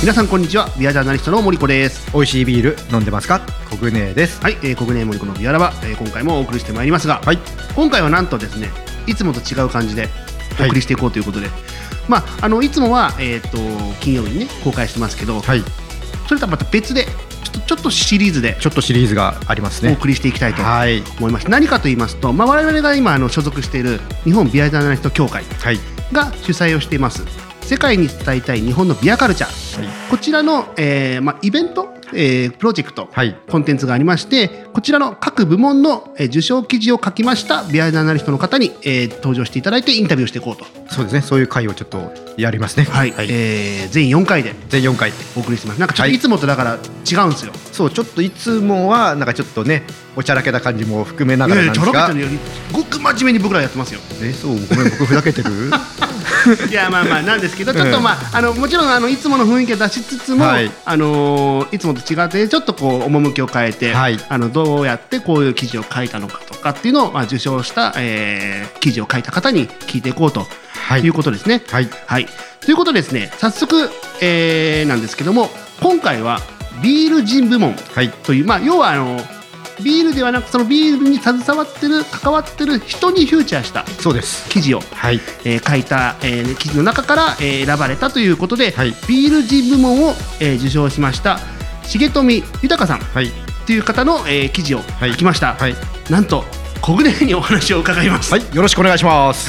皆さんこんにちは。ビアジャーナリストの森子です。 美味しいビール飲んでますか？コグネです。 はい、コグネ森子のビアラバ、今回もお送りしてまいりますが、 はい、 今回はなんとですね、いつもと違う感じでお送りしていこうということで、いつもは、金曜日にね公開してますけど、 はい、 それとはまた別でちょっとシリーズでがありますね。 お送りしていきたいとはい、 思います。何かと言いますと、我々が今所属している日本ビアジャーナリスト協会が主催をしています世界に伝えたい日本のビアカルチャー、はい、こちらの、イベント、プロジェクト、はい、コンテンツがありまして、こちらの各部門の、受賞記事を書きましたビアジャーナリストの方に、登場していただいてインタビューしていこうと。 そうですね、そういう回をちょっとやりますね。 はい、はい、全4回でお送りしてます。なんかちょっといつもとだから違うんですよ。 そう、ちょっといつもはなんかちょっとねおちゃらけた感じも含めながらなんですが、 ちょろけてるよりごく真面目に僕らやってますよ。 そう、ごめん、僕ふざけてるいやなんですけど、ちょっともちろんいつもの雰囲気を出しつつも、はい、いつもと違ってちょっとこう趣を変えて、はい、どうやってこういう記事を書いたのかとかっていうのを、受賞した、記事を書いた方に聞いていこうということですね。はい、はい、ということでですね、早速、なんですけども、今回はビール人部門という、要はビールではなくそのビールに携わってる関わってる人にフューチャーした記事を、はい、書いた、記事の中から、選ばれたということで、はい、ビール人部門を、受賞しました重富豊さんという方の、記事を書きました。はいはい、なんと小暮にお話を伺います。 はい、よろしくお願いします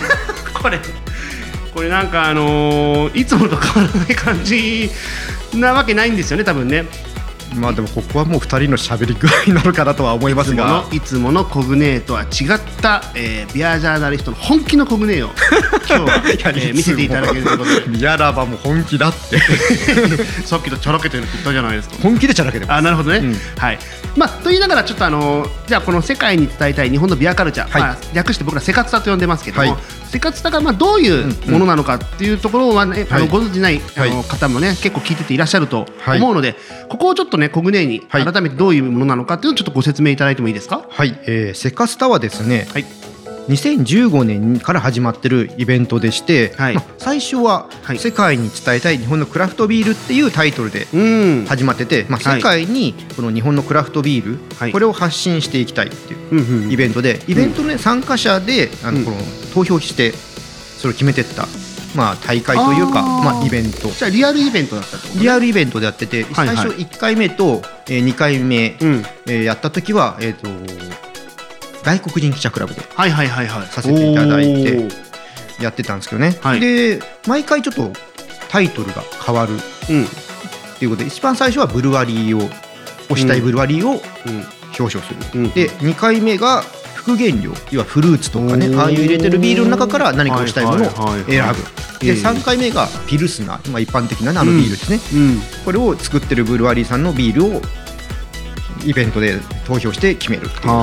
これなんかいつもと変わらない感じなわけないんですよね、多分ね。 でもここはもう2人の喋り具合なのかなとは思いますが、 いつものコグネとは違った、ビアジャーナリストの本気のコグネを今日は、見せていただけるということでビアラバも本気だってさっきとちょろけてるって言ったじゃないですか。 本気でちょろけてます。 なるほどね。はい、と言いながらちょっとじゃあこの世界に伝えたい日本のビアカルチャー、略して僕らセカツタと呼んでますけども、セカツタがどういうものなのかっていうところはね、ご存じない方もね結構聞いてていらっしゃると思うので、ここをちょっとねコグネに改めてどういうものなのかっていうのをちょっとご説明いただいてもいいですか？ はい、セカスタはですね、2015年から始まってるイベントでして、最初は世界に伝えたい日本のクラフトビールっていうタイトルで始まってて、世界にこの日本のクラフトビール、これを発信していきたいっていうイベントで、イベントの、ね、参加者でこの投票してそれを決めてった大会というかイベント。 じゃあリアルイベントだったってことね。 リアルイベントでやってて、最初1回目と2回目やった時は外国人記者クラブでさせていただいてやってたんですけどね。で毎回ちょっとタイトルが変わるっていうことで、一番最初はブルワリーを推したいブルワリーを表彰する。で2回目が副原料、要はフルーツとかね、ああいう入れてるビールの中から何かをしたいものを選ぶ。で3回目がピルスナー、一般的なビールですね、これを作ってるブルワリーさんのビールをイベントで投票して決めるっていう。で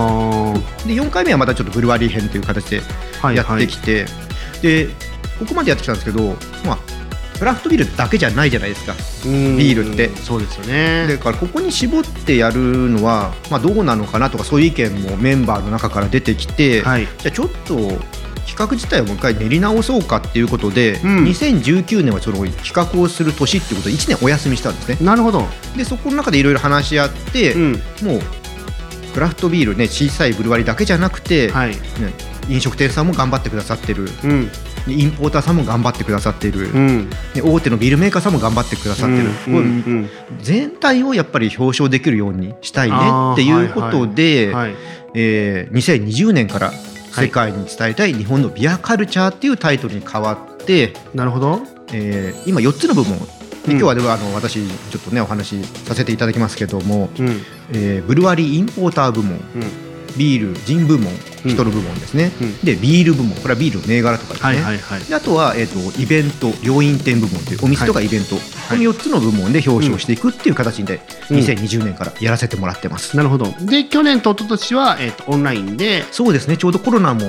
4回目はまたちょっとブルワリー編という形でやってきて、でここまでやってきたんですけど、クラフトビールだけじゃないじゃないですか、ビールって。 そうですよね。 だからここに絞ってやるのは、どうなのかなとか、そういう意見もメンバーの中から出てきて、じゃあちょっと企画自体をもう一回練り直そうかっていうことで、2019年はその企画をする年っていうことで1年お休みしたんですね。 なるほど。 でそこの中でいろいろ話し合って、もうクラフトビールね、小さいブルワリーだけじゃなくて、飲食店さんも頑張ってくださってる、インポーターさんも頑張ってくださっている、大手のビールメーカーさんも頑張ってくださってる、全体をやっぱり表彰できるようにしたいねっていうことで、2020年から世界に伝えたい日本のビアカルチャーっていうタイトルに変わって、 なるほど、 今4つの部門で、今日は私ちょっとねお話しさせていただきますけども、ブルワリーインポーター部門、ビール人部門、人の部門ですね、でビール部門、これはビールの銘柄とかですね、であとは、イベント料飲店部門というお店とかイベント、この4つの部門で表彰していくっていう形で、2020年からやらせてもらってます。 なるほど。で去年と一昨年は、オンラインで。 そうですね、ちょうどコロナも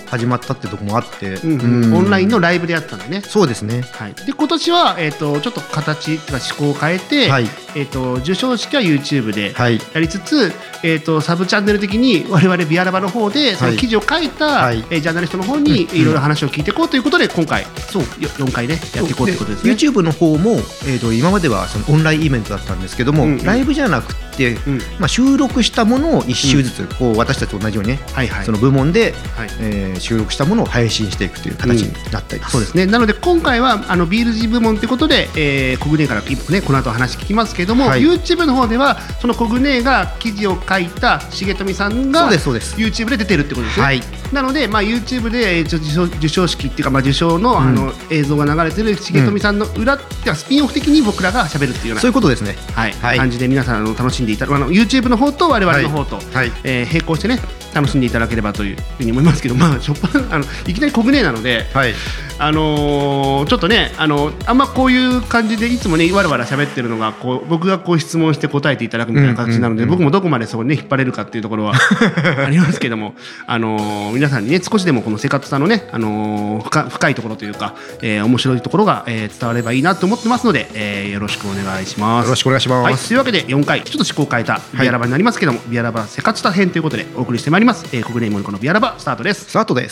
始まったってとこもあって、 オンラインのライブでやったんだね。 そうですね。 で今年はちょっと形とか思考を変えて、授賞式は YouTube でやりつつ、サブチャンネル的に我々ビアラバの方でその記事を書いたジャーナリストの方にいろいろ話を聞いていこうということで、今回4回ねやっていこうということですね。 YouTube の方も今まではそのオンラインイベントだったんですけども、ライブじゃなくて、収録したものを1週ずつこう私たちと同じようにね、その部門で収録したものを配信していくという形になったりです。 そうですね。なので今回はビールジ部門ということで、コグネからねこの後話聞きますけども、YouTube の方ではそのコグネが記事を書いた重富さんが YouTube で出てるってことですね。なのでYouTube で授賞式っていうか受賞の映像が流れてる重富さんの裏ってスピンオフ的に僕らが喋るっていうような、 そういうことですね。 感じで皆さん楽しんでいただく、YouTube の方と我々の方と並行してね楽しんでいただければというふうに思いますけど、いきなりコグネなので、ちょっとねあんまこういう感じでいつもねわらわら喋ってるのが僕が質問して答えていただくみたいな形なので、僕もどこまでそこね引っ張れるかっていうところはありますけども、皆さんにね少しでもこのセカトさのね深いところというか、面白いところが伝わればいいなと思ってますので、よろしくお願いします。 よろしくお願いします。 というわけで4回ちょっと思考を変えたビアラバになりますけども、ビアラバセカツタ編ということでお送りしてまいります。コグネモニコのビアラバスタートです。 スタートです。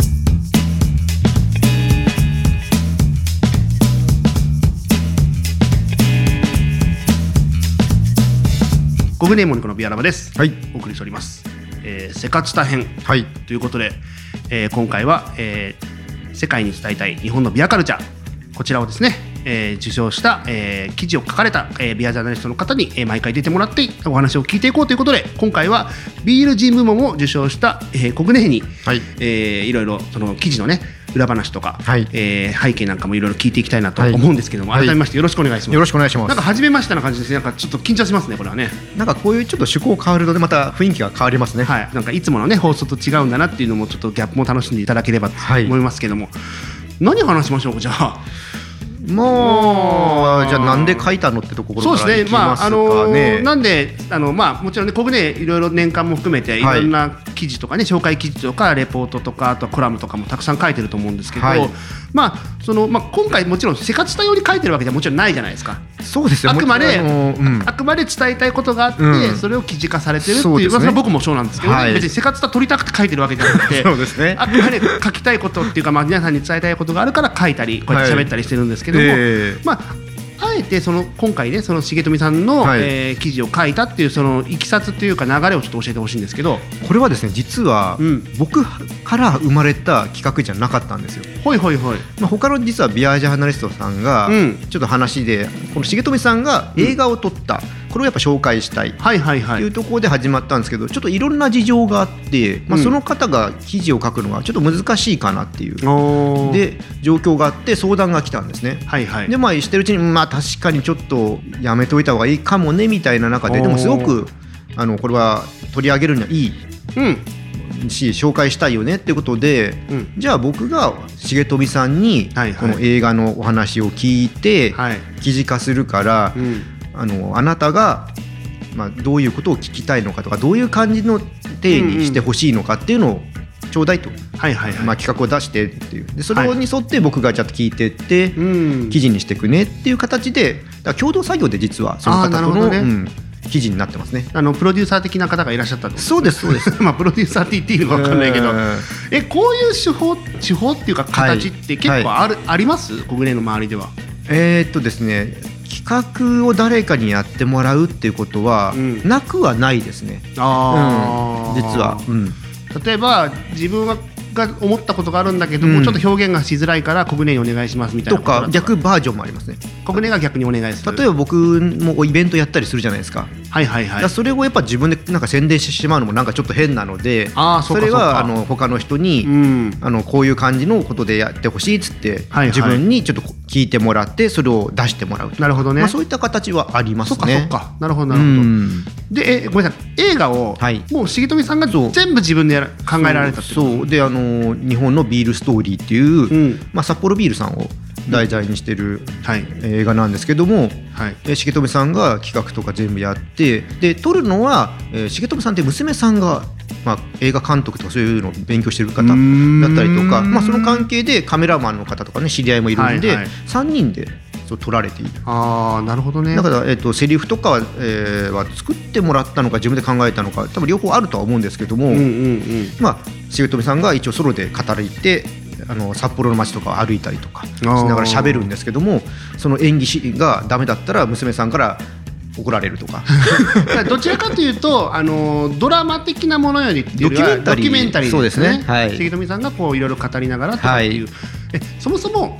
コグネモニコのビアラバです。お送りしております。セカツタ編ということで、今回は、世界に伝えたい日本のビアカルチャー、こちらをですね、受賞した、記事を書かれた、ビアジャーナリストの方に、毎回出てもらってお話を聞いていこうということで、今回はビール人部門を受賞した、コグネに、いろいろその記事のね裏話とか、背景なんかもいろいろ聞いていきたいなと思うんですけども、改めましてよろしくお願いします。 よろしくお願いします。 なんか初めましてな感じですね。なんかちょっと緊張しますねこれはね。 なんかこういうちょっと趣向変わるのでまた雰囲気が変わりますね。 なんかいつものね放送と違うんだなっていうのもちょっとギャップも楽しんでいただければと思いますけども、何を話しましょうか。じゃあじゃあなんで書いたのってところからいきますかね。 なんでもちろんねコグネいろいろ年間も含めていろんな記事とかね、紹介記事とかレポートとかあとコラムとかもたくさん書いてると思うんですけど、今回もちろんセカツタ用に書いてるわけじゃもちろんないじゃないですか。 そうですよ。 あくまで伝えたいことがあって、それを記事化されてるっていう、それは僕もそうなんですけど、別にセカツタ取りたくて書いてるわけじゃなくてそうですね。 あくまで書きたいことっていうか、皆さんに伝えたいことがあるから書いたりこうやって喋ったりしてるんですけども、あえて今回ねその重富さんの、記事を書いたっていうそのいきさつっていうか流れをちょっと教えてほしいんですけど。 これはですね実は、僕から生まれた企画じゃなかったんですよ。他の実はビアジャーナリストさんが、ちょっと話でこの重富さんが映画を撮った、これをやっぱ紹介したいというところで始まったんですけど、ちょっといろんな事情があって、その方が記事を書くのがちょっと難しいかなっていうで状況があって相談が来たんですね。でしてるうちに確かにちょっとやめといた方がいいかもねみたいな中で、でもすごくこれは取り上げるにはいい、し紹介したいよねっていうことで、じゃあ僕が重富さんにこの映画のお話を聞いて記事化するから、あなたがどういうことを聞きたいのかとか、どういう感じの体にしてほしいのかっていうのをちょうだいと、企画を出してっていうで、それに沿って僕がちゃんと聞いてって記事にしていくねっていう形で、共同作業で実はその方との記事になってますね。 プロデューサー的な方がいらっしゃったと。 そうですそうですプロデューサーって言っていいのか分かんないけど、こういう手法っていうか形って結構ありますコグネの周りでは。 ですね、企画を誰かにやってもらうっていうことはなくはないですね。実は、 例えば自分が思ったことがあるんだけども、ちょっと表現がしづらいからコグネにお願いしますみたいなとか、逆バージョンもありますね。 コグネが逆にお願いする。 例えば僕もイベントやったりするじゃないですか。それをやっぱ自分でなんか宣伝してしまうのもなんかちょっと変なので、それは他の人にこういう感じのことでやってほしいっつって自分にちょっと聞いてもらってそれを出してもらう。 なるほどね。 そういった形はありますね。 なるほどなるほど。でごめんなさい、映画をもう重富さんが全部自分で考えられたってこと。 そうで日本のビールストーリーっていう札幌ビールさんを題材にしてる映画なんですけども、重富さんが企画とか全部やって、で撮るのは重富さんって娘さんが映画監督とかそういうのを勉強してる方だったりとか、その関係でカメラマンの方とかね知り合いもいるんで、3人で撮られている。 なるほどね。 だから、セリフとかは作ってもらったのか自分で考えたのか多分両方あるとは思うんですけども、重富さんが一応ソロで語りて札幌の街とかを歩いたりとかしながら喋るんですけども、その演技がダメだったら娘さんから怒られるとかどちらかというとドラマ的なものよりっていうよりはドキュメンタリーですね。重富さんがこういろいろ語りながらとかっていう、そもそも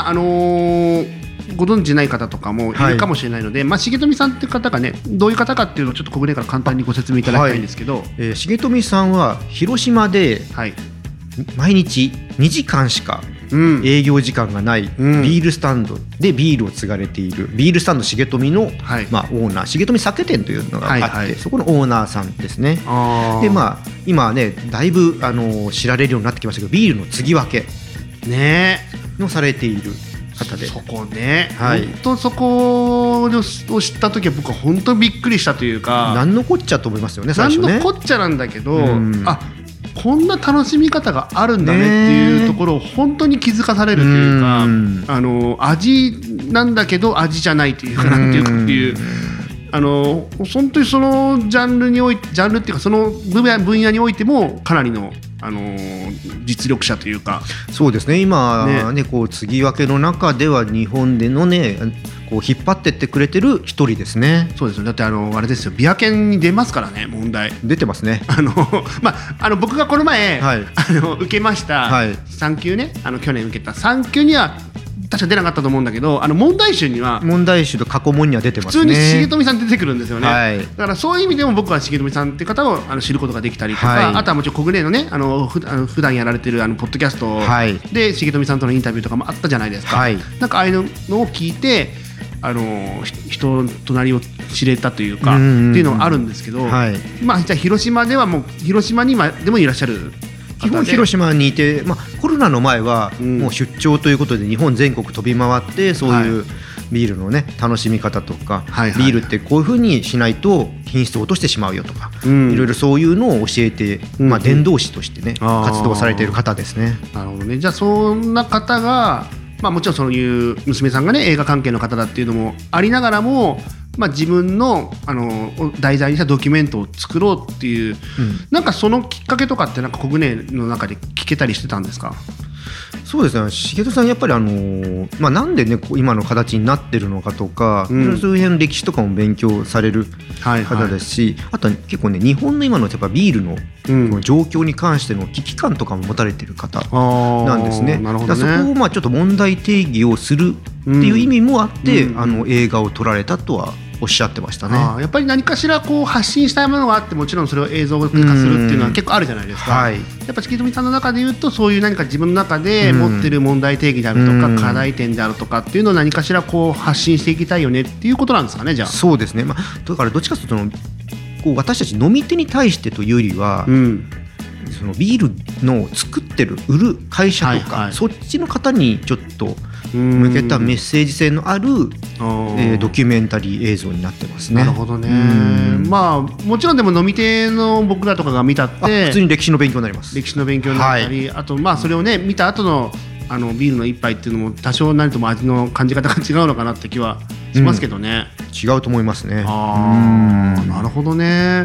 ご存じない方とかもいるかもしれないので、重富さんっていう方がねどういう方かっていうのをちょっと小暮から簡単にご説明いただきたいんですけど、 重富さんは広島で毎日2時間しか営業時間がないビールスタンドでビールを継がれているビールスタンド重富のオーナー、重富酒店というのがあって、そこのオーナーさんですね。で今はねだいぶ知られるようになってきましたけど、ビールの継ぎ分けのされている方で、 そこね、本当そこを知った時は僕は本当にびっくりしたというか、 何のこっちゃと思いますよね最初ね。 何のこっちゃなんだけど、こんな楽しみ方があるんだねっていうところを本当に気づかされるというか、味なんだけど味じゃないというか、なんていうかっていう、本当にそのジャンルっていうかその分野においてもかなりの実力者というか。 そうですね、今ねこう継ぎ分けの中では日本でのねこう引っ張ってってくれてる一人ですね。 そうですよ。だってあれですよ、ビア犬に出ますからね。問題出てますね。 僕がこの前、受けました、3級ね、去年受けた3級には確か出なかったと思うんだけど、問題集と過去問には出てますね。 普通に重富さん出てくるんですよね。だからそういう意味でも僕は重富さんっていう方を知ることができたりとか、あとはもちろん小暮のね普段やられてるポッドキャストで重富さんとのインタビューとかもあったじゃないですか。なんかああいうのを聞いて人の隣を知れたというかっていうのがあるんですけど、じゃあ広島ではもう広島にでもいらっしゃる。 基本広島にいて、コロナの前はもう出張ということで日本全国飛び回ってそういうビールのね楽しみ方とか、ビールってこういう風にしないと品質を落としてしまうよとか、いろいろそういうのを教えて、伝道師としてね活動されている方ですね。 なるほどね。じゃあそんな方がもちろんそういう娘さんがね映画関係の方だっていうのもありながらも、自分の題材にしたドキュメントを作ろうっていう、なんかそのきっかけとかってなんか小舟の中で聞けたりしてたんですか？ そうですね、重富さんやっぱりなんでね今の形になってるのかとか、そういう辺の歴史とかも勉強される方ですし、あとは結構ね日本の今のやっぱビールの状況に関しての危機感とかも持たれてる方なんですね。だからそこをちょっと問題定義をするっていう意味もあって、映画を撮られたとはおっしゃってましたね。 やっぱり何かしらこう発信したいものがあって、もちろんそれを映像化するっていうのは結構あるじゃないですか。やっぱ重富さんの中で言うとそういう何か自分の中で持ってる問題定義であるとか、課題点であるとかっていうのを何かしらこう発信していきたいよねっていうことなんですかね。じゃあそうですね、だからどっちかというとこう私たち飲み手に対してというよりは、そのビールの作ってる売る会社とか、そっちの方にちょっと向けたメッセージ性のあるドキュメンタリー映像になってますね。 なるほどね。もちろんでも飲み手の僕らとかが見たって普通に歴史の勉強になります。 歴史の勉強になったり、あとそれをね見た後のビールの一杯っていうのも多少なりとも味の感じ方が違うのかなって気はしますけどね。 違うと思いますね。 なるほどね。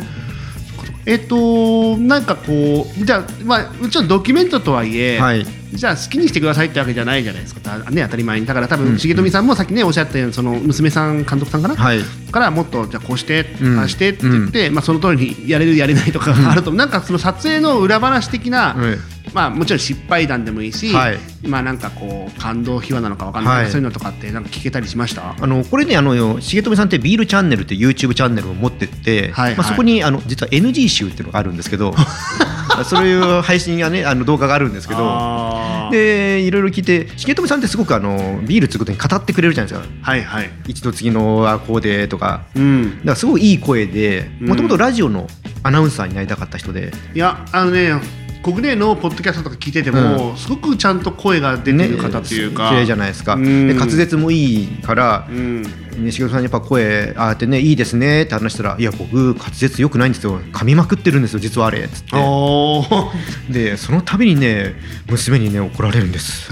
なんかこうじゃあもちろんドキュメントとはいえ、じゃあ好きにしてくださいってわけじゃないじゃないですかね、当たり前に。だから多分重富さんもさっきねおっしゃったようにその娘さん監督さんかな、からもっとじゃあこうしてああしてって言って、その通りにやれるやれないとかがあると、なんかその撮影の裏話的な、もちろん失敗談でもいいし、なんかこう感動秘話なのか分かんないけど、そういうのとかってなんか聞けたりしました？ これね重富さんってビールチャンネルって YouTube チャンネルを持ってって、そこに実は NG 集っていうのがあるんですけどそういう配信がね動画があるんですけど、でいろいろ聞いて重富さんってすごくビールっていうことに語ってくれるじゃないですか。一度次のこうでとか、だからすごいいい声で、もともとラジオのアナウンサーになりたかった人で、 いやコグネのポッドキャストとか聞いてても、すごくちゃんと声が出てる方っていうか、 綺麗じゃないですか。で滑舌もいいから、西口さんにやっぱ声ああやってねいいですねって話したら、いや僕滑舌良くないんですよ、噛みまくってるんですよ実はあれっつって。でその度にね娘にね怒られるんです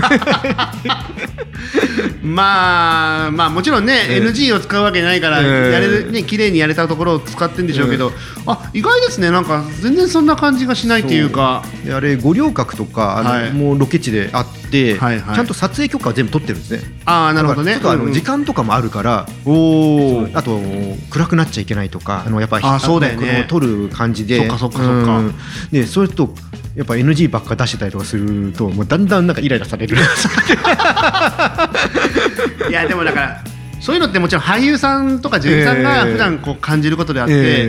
まあもちろんね、NG を使うわけないから、やれるね綺麗にやれたところを使ってるんでしょうけど、意外ですね、なんか全然そんな感じがしないというか。 あれ五稜郭とかもうロケ地であって、ちゃんと撮影許可は全部取ってるんですね。 なるほどね。 ちょっと時間とかもあるから、あと暗くなっちゃいけないとか、やっぱりそうだよね、 撮る感じで、そっかでそれとやっぱ NG ばっか出してたりとかすると、もうだんだんなんかイライラされるいやでもだからそういうのってもちろん俳優さんとか女優さんが普段こう感じることであって、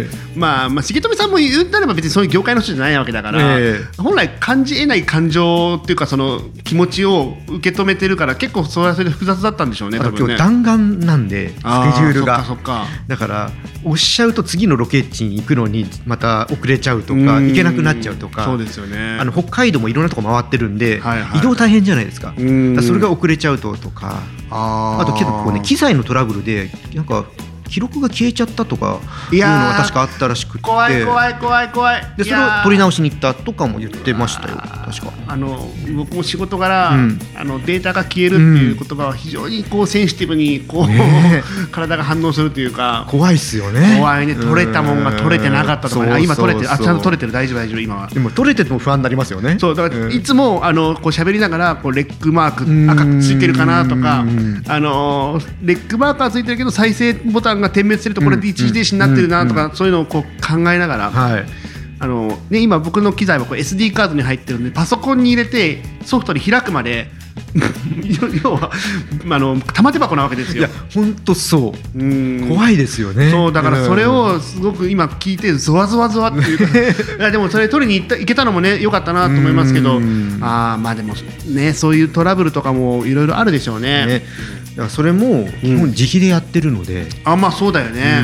まあ重富さんも言ったら別にそういう業界の人じゃないわけだから、本来感じ得ない感情っていうかその気持ちを受け止めてるから、結構それはそれで複雑だったんでしょうね。多分ね、 今日弾丸なんでスケジュールが、 そっかだからおっしゃると次のロケ地に行くのにまた遅れちゃうとか行けなくなっちゃうとか。 そうですよね。 北海道もいろんなとこ回ってるんで、移動大変じゃないですか。それが遅れちゃうとか、あと結構ね機材のトラブルでなんか記録が消えちゃったとかいうのが確かあったらしくて、 怖いでそれを取り直しに行ったとかも言ってましたよ確か。 僕も仕事柄、データが消えるっていう言葉は非常にこうセンシティブにこう、体が反応するというか、 怖いっすよね。 怖いね。取れたもんが取れてなかったとかね。今取れてる、ちゃんと取れてる、大丈夫今は。 でも取れてても不安になりますよね。 そうだから、いつもこう喋りながらこうレックマーク赤くついてるかなとか、レックマークはついてるけど再生ボタンが点滅してるとこれで一時停止になってるなとか、そういうのをこう考えながら、今僕の機材はこう SD カードに入ってるんで、パソコンに入れてソフトに開くまで要は玉手箱なわけですよ。 いや本当そう怖いですよね。 そうだからそれをすごく今聞いてゾワゾワっていうかでもそれ取りに行けたのもね良かったなと思いますけど、まあでもねそういうトラブルとかもいろいろあるでしょうね。 だからそれも基本自費でやってるので、 まあそうだよね。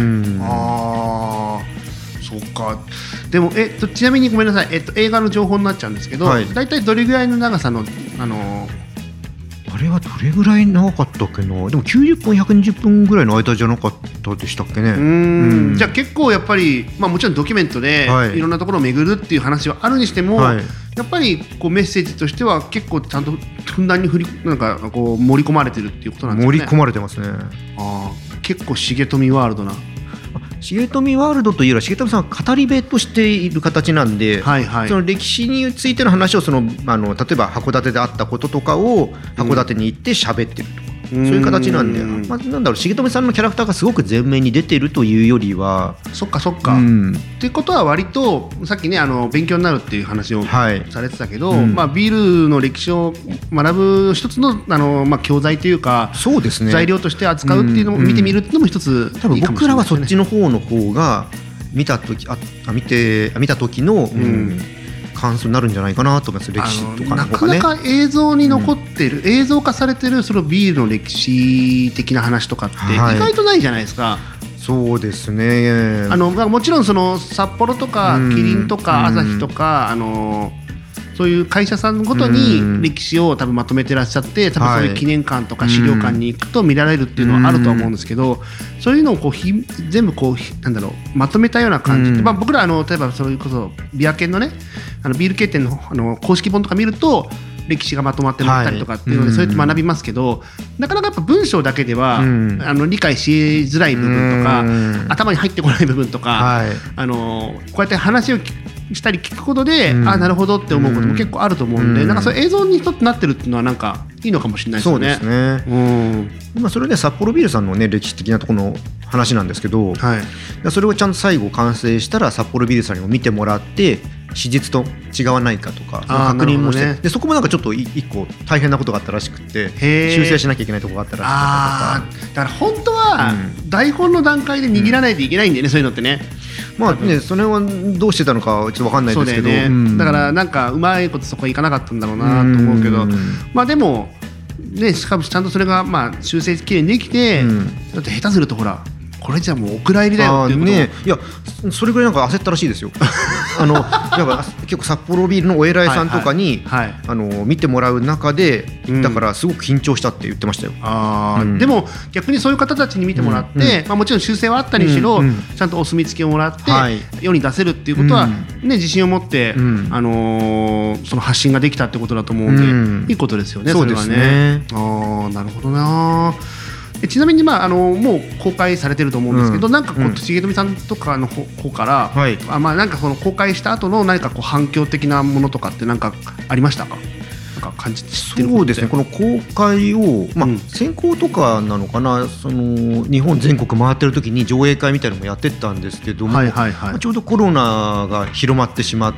そうか。でもちなみにごめんなさい、映画の情報になっちゃうんですけど、だいたいどれぐらいの長さのあれはどれぐらい長かったっけな。でも90分120分ぐらいの間じゃなかったでしたっけね。 じゃあ結構やっぱり、もちろんドキュメントでいろんなところを巡るっていう話はあるにしても、やっぱりこうメッセージとしては結構ちゃんとふんだんになんかこう盛り込まれてるっていうことなんですかね。 盛り込まれてますね。 結構重富ワールドな。 重富ワールドというよりは重富さんは語り部としている形なんで、その歴史についての話を例えば函館であったこととかを函館に行って喋ってるとか、そういう形なんで、なんだろう、重富さんのキャラクターがすごく前面に出てるというよりは、 そっかっていうことは割とさっきね勉強になるっていう話をされてたけど、ビールの歴史を学ぶ一つの教材というか、そうですね、材料として扱うっていうのも見てみるっていうのも一ついいかもしれないですね。 多分僕らはそっちの方が見た時の感想になるんじゃないかなと思います。歴史とかの方がね、 なかなか映像に残ってる、映像化されてるそのビールの歴史的な話とかって意外とないじゃないですか。 そうですね。 もちろんその札幌とかキリンとかアサヒとかそういう会社さんごとに歴史を多分まとめてらっしゃって、多分そういう記念館とか資料館に行くと見られるっていうのはあると思うんですけど、そういうのをこう全部こうなんだろう、まとめたような感じで、僕ら例えばそれこそビア研のねビール系店の公式本とか見ると歴史がまとまって載ったりとかっていうので、そうやって学びますけど、なかなかやっぱ文章だけでは理解しづらい部分とか、頭に入ってこない部分とか、こうやって話をしたり聞くことで、なるほどって思うことも結構あると思うんで、なんかそういう映像にとってなってるっていうのはなんかいいのかもしれないですね。 そうですね。今それで札幌ビールさんのね歴史的なところの話なんですけど、それをちゃんと最後完成したら札幌ビールさんにも見てもらって史実と違わないかとか確認もして、でそこもなんかちょっと一個大変なことがあったらしくて、修正しなきゃいけないところがあったらしくてとか。 だから本当は台本の段階で握らないといけないんだよね、そういうのってね。 それはどうしてたのかちょっと分かんないですけど、 だからなんかうまいことそこいかなかったんだろうなと思うけど、でもね、しかもちゃんとそれが修正きれいにできて、だって下手するとほらこれじゃもうお蔵入りだよっていうこといやそれぐらいなんか焦ったらしいですよだから結構札幌ビールのお偉いさんとかに、見てもらう中で、だからすごく緊張したって言ってましたよ。 でも逆にそういう方たちに見てもらって、もちろん修正はあったりしろ、ちゃんとお墨付きをもらって、世に出せるっていうことは、自信を持って、その発信ができたってことだと思うんで、いいことですよね。 そうですね。 なるほどな。ちなみに、もう公開されてると思うんですけど、なんかこう重富さんとかの方から、なんかその公開した後の何かこう反響的なものとかって何かありましたか？なんか感じてる？ そうですね、この公開を、先行とかなのかな、その日本全国回ってる時に上映会みたいなのもやってたんですけども、ちょうどコロナが広まってしまって、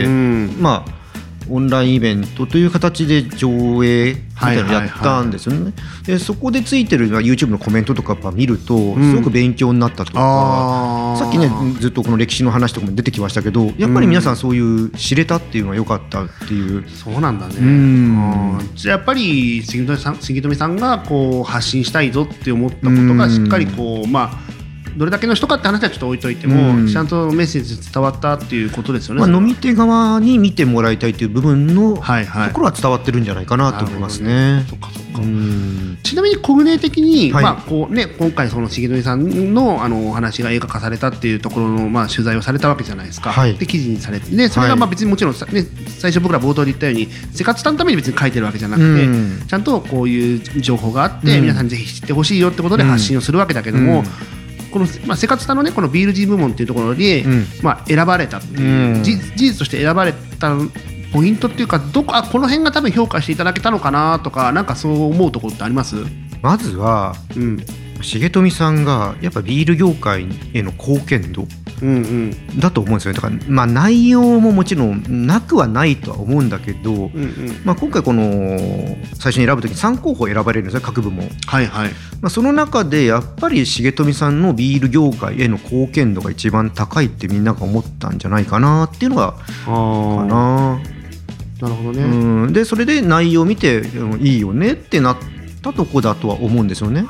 オンラインイベントという形で上映みたいなのをやったんですよね。でそこでついてる YouTube のコメントとか見るとすごく勉強になったとか、さっきねずっとこの歴史の話とかも出てきましたけど、やっぱり皆さんそういう知れたっていうのは良かったっていう。 そうなんだね。じゃあやっぱり杉富さんがこう発信したいぞって思ったことがしっかりこうどれだけの人かって話はちょっと置いといても、ちゃんとメッセージ伝わったっていうことですよね。 飲み手側に見てもらいたいという部分のところは伝わってるんじゃないかなと思いますね。ちなみにコグネ的に、こうね、今回その重富さんのお話が映画化されたっていうところの取材をされたわけじゃないですか。で記事にされて、それが別にもちろんね、最初僕ら冒頭で言ったように生活のために別に書いてるわけじゃなくて、ちゃんとこういう情報があって皆さんにぜひ知ってほしいよってことで発信をするわけだけども、このセカツタのね、このビール G 部門っていうところに、選ばれたっていう、事実として選ばれたポイントっていうか、この辺が多分評価していただけたのかなとか、なんかそう思うところってあります？ まずは、重富さんがやっぱビール業界への貢献度だと思うんですよね。だから内容ももちろんなくはないとは思うんだけど、今回この最初に選ぶときに3候補選ばれるんですよ、各部門。その中でやっぱり重富さんのビール業界への貢献度が一番高いってみんなが思ったんじゃないかなっていうのがかな。 なるほどね。 でそれで内容を見ていいよねってなったとこだとは思うんですよね。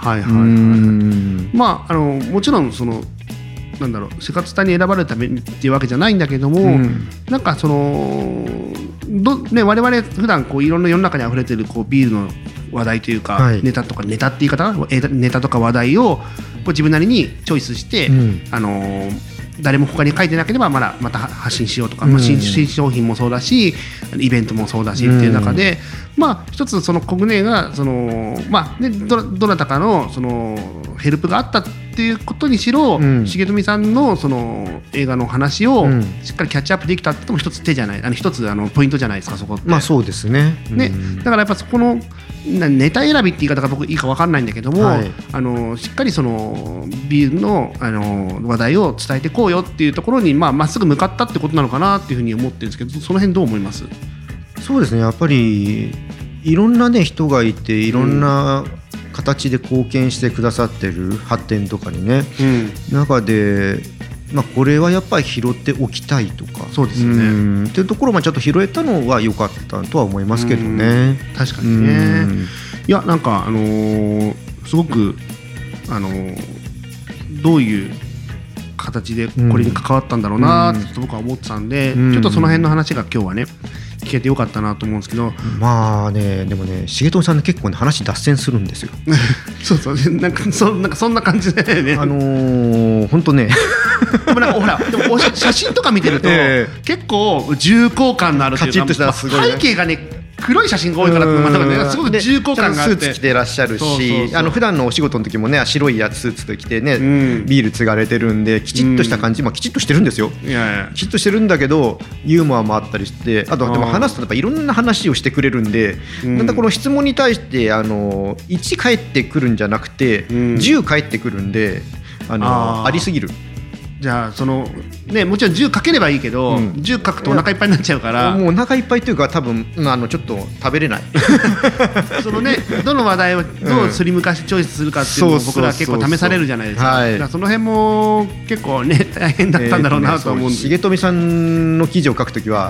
もちろんそのなんだろう、セカツタに選ばれるためにっていうわけじゃないんだけども、なんかその我々普段こういろんな世の中にあふれてるこうビールの話題というか、ネタって言い方、ネタとか話題をこう自分なりにチョイスして、誰も他に書いてなければまた発信しようとか、新商品もそうだしイベントもそうだしっていう中で、一つそのコグネがその、どなたかのそのヘルプがあったっていうことにしろ、重富さんのその映画の話をしっかりキャッチアップできたってのも一つ手じゃない、一つポイントじゃないですか、そこって。 そうですね。 だからやっぱそこのネタ選びって言い方が僕いいか分かんないんだけども、しっかりそのビールの、話題を伝えていこうよっていうところにまっすぐ向かったってことなのかなっていうふうに思ってるんですけど、その辺どう思います？ そうですね、やっぱりいろんなね人がいて、いろんな形で貢献してくださってる発展とかにね、中でこれはやっぱり拾っておきたいとか、 そうですよね、 っていうところをちょっと拾えたのは良かったとは思いますけどね。 確かにね。いや、なんかすごくどういう形でこれに関わったんだろうなって僕は思ってたんで、ちょっとその辺の話が今日はね聞けてよかったなと思うんですけど、 でもね、重富さんね結構ね話脱線するんですよ。 そうなんかそんな感じだよね。 本当ね。 でもほらでも写真とか見てると、結構重厚感のあるというか、 カチッとしたすごいね、 背景がね黒い写真が多いからすごく重厚感があって、 スーツ着てらっしゃるし、普段のお仕事の時もね白いスーツと着てね、ビール継がれてるんできちっとした感じ、きちっとしてるんですよ。きちっとしてるんだけどユーモアもあったりして、あとでも話すとやっぱいろんな話をしてくれるんで、またこの質問に対して1返ってくるんじゃなくて10返ってくるんで、ありすぎる。 じゃあもちろん10かければいいけど、10書くとお腹いっぱいになっちゃうから、 もうお腹いっぱいというか多分ちょっと食べれないどの話題をどうすりむかしチョイスするかっていうのを僕らは結構試されるじゃないですか。だからその辺も結構ね大変だったんだろうなと思うんです。 重富さんの記事を書くときは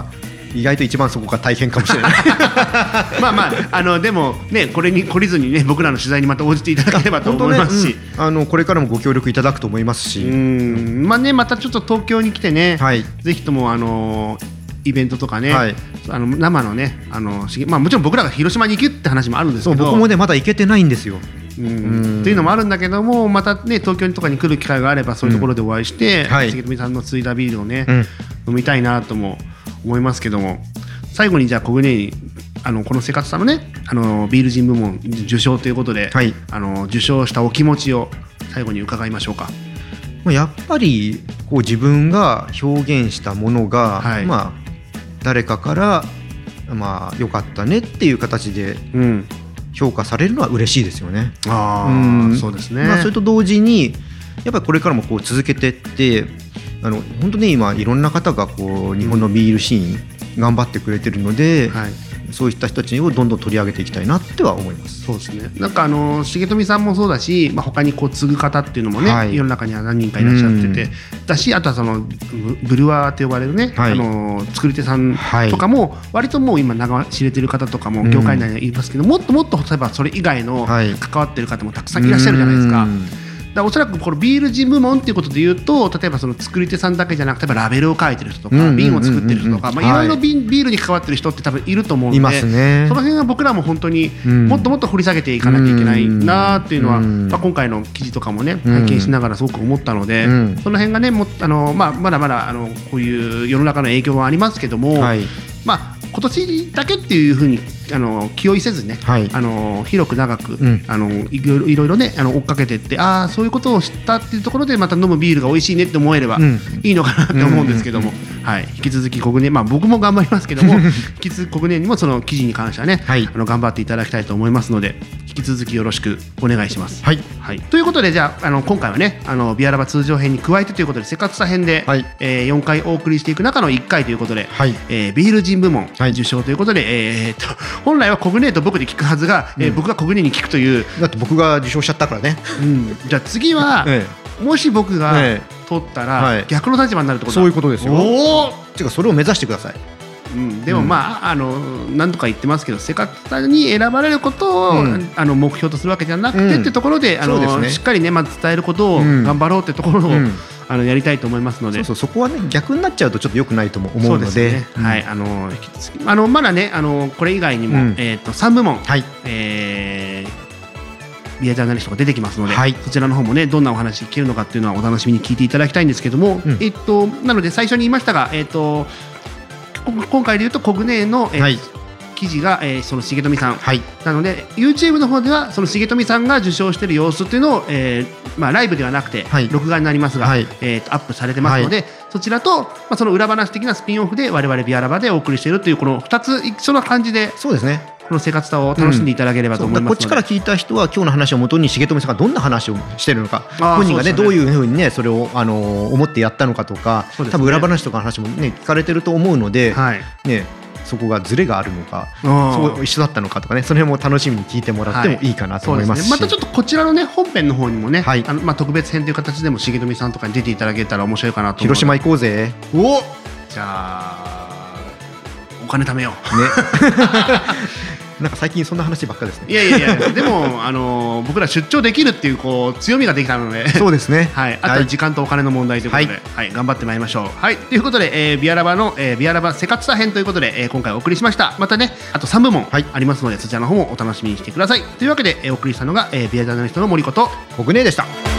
意外と一番そこが大変かもしれないまあまあでもねこれに懲りずにね僕らの取材にまた応じていただければと思いますし、 これからもご協力いただくと思いますし、 まあねまたちょっと東京に来てね、ぜひともイベントとかね、生のねまあもちろん僕らが広島に行くって話もあるんですけど、 僕もねまだ行けてないんですよ。 っていうのもあるんだけども、またね東京とかに来る機会があればそういうところでお会いして、重富さんの継いだビールをね、飲みたいなとも思いますけども、最後にじゃあ小舟にこの生活さんのねビール人部門受賞ということで、受賞したお気持ちを最後に伺いましょうか。 やっぱりこう自分が表現したものが、まあ誰かからまあ良かったねっていう形で評価されるのは嬉しいですよね。 そうですね。 それと同時にやっぱりこれからもこう続けてって本当に今いろんな方がこう日本のビールシーン頑張ってくれてるので、そういった人たちをどんどん取り上げていきたいなっては思います。 そうですね。なんか重富さんもそうだし、他にこう継ぐ方っていうのもね、世の中には何人かいらっしゃってて、だしあとはそのブルワーと呼ばれるね、作り手さんとかも割ともう今名が知れてる方とかも業界内にいますけど、もっともっと例えばそれ以外の関わってる方もたくさんいらっしゃるじゃないですか。だおそらくこのビール人部門っていうことでいうと、例えばその作り手さんだけじゃなくてラベルを書いてる人とか瓶を作ってる人とか、いろいろビールに関わってる人って多分いると思うので、 いますね。 その辺は僕らも本当にもっともっと掘り下げていかなきゃいけないなっていうのは、今回の記事とかもね拝見しながらすごく思ったので、その辺がねまだまだこういう世の中の影響はありますけども、今年だけっていうふうに気負いせずね、広く長く、いろいろね追っかけていって、そういうことを知ったっていうところでまた飲むビールが美味しいねって思えればいいのかなって思うんですけども、引き続き小舟、僕も頑張りますけども引き続き小舟にもその記事に関してはね、頑張っていただきたいと思いますので、引き続きよろしくお願いします。ということで、じゃあ今回はねビアラバ通常編に加えてということでせかつさ編で、4回お送りしていく中の1回ということで、ビール人部門受賞ということで、本来は小舟と僕で聞くはずが、僕が小舟に聞くという。 だって僕が受賞しちゃったからね。 じゃあ次は、もし僕が取ったら、逆の立場になるってことだ。 そういうことですよ。てかそれを目指してください。 でも何とか言ってますけど、せかつさに選ばれることを、目標とするわけじゃなくてってところで、しっかりねまず伝えることを頑張ろうってところを、やりたいと思いますので、 そこはね逆になっちゃうとちょっと良くないとも思うので、 まだねこれ以外にも、3部門、ビアジャーナリストが出てきますので、そちらの方もねどんなお話聞けるのかっていうのはお楽しみに聞いていただきたいんですけども、なので最初に言いましたが、今回でいうと小舟の、記事が、その重富さん、なので YouTube の方ではその重富さんが受賞している様子っていうのを、ライブではなくて、録画になりますが、アップされてますので、そちらと、その裏話的なスピンオフで我々ビアラバでお送りしているというこの2つ一緒な感じで、 そうですね、 この生活さを楽しんでいただければと思いますので、 こっちから聞いた人は今日の話をもとに重富さんがどんな話をしているのか、本人がねどういうふうにねそれを思ってやったのかとか、多分裏話とかの話もね聞かれてると思うので、そこがズレがあるのか、そう一緒だったのかとかね、その辺も楽しみに聞いてもらってもいいかなと思いますし、 またちょっとこちらのね本編の方にもね、特別編という形でも重富さんとかに出ていただけたら面白いかなと思うので、 広島行こうぜ。 じゃあお金貯めようなんか最近そんな話ばっかですね。 いやでも僕ら出張できるっていう強みができたので、 そうですね。 あと時間とお金の問題ということで、頑張ってまいりましょう。ということで、ビアラバのビアラバせかつさ編ということで、今回お送りしました。またねあと3部門ありますので、そちらの方もお楽しみにしてください。というわけで、お送りしたのがビアジャーナリストの森こと小舟でした。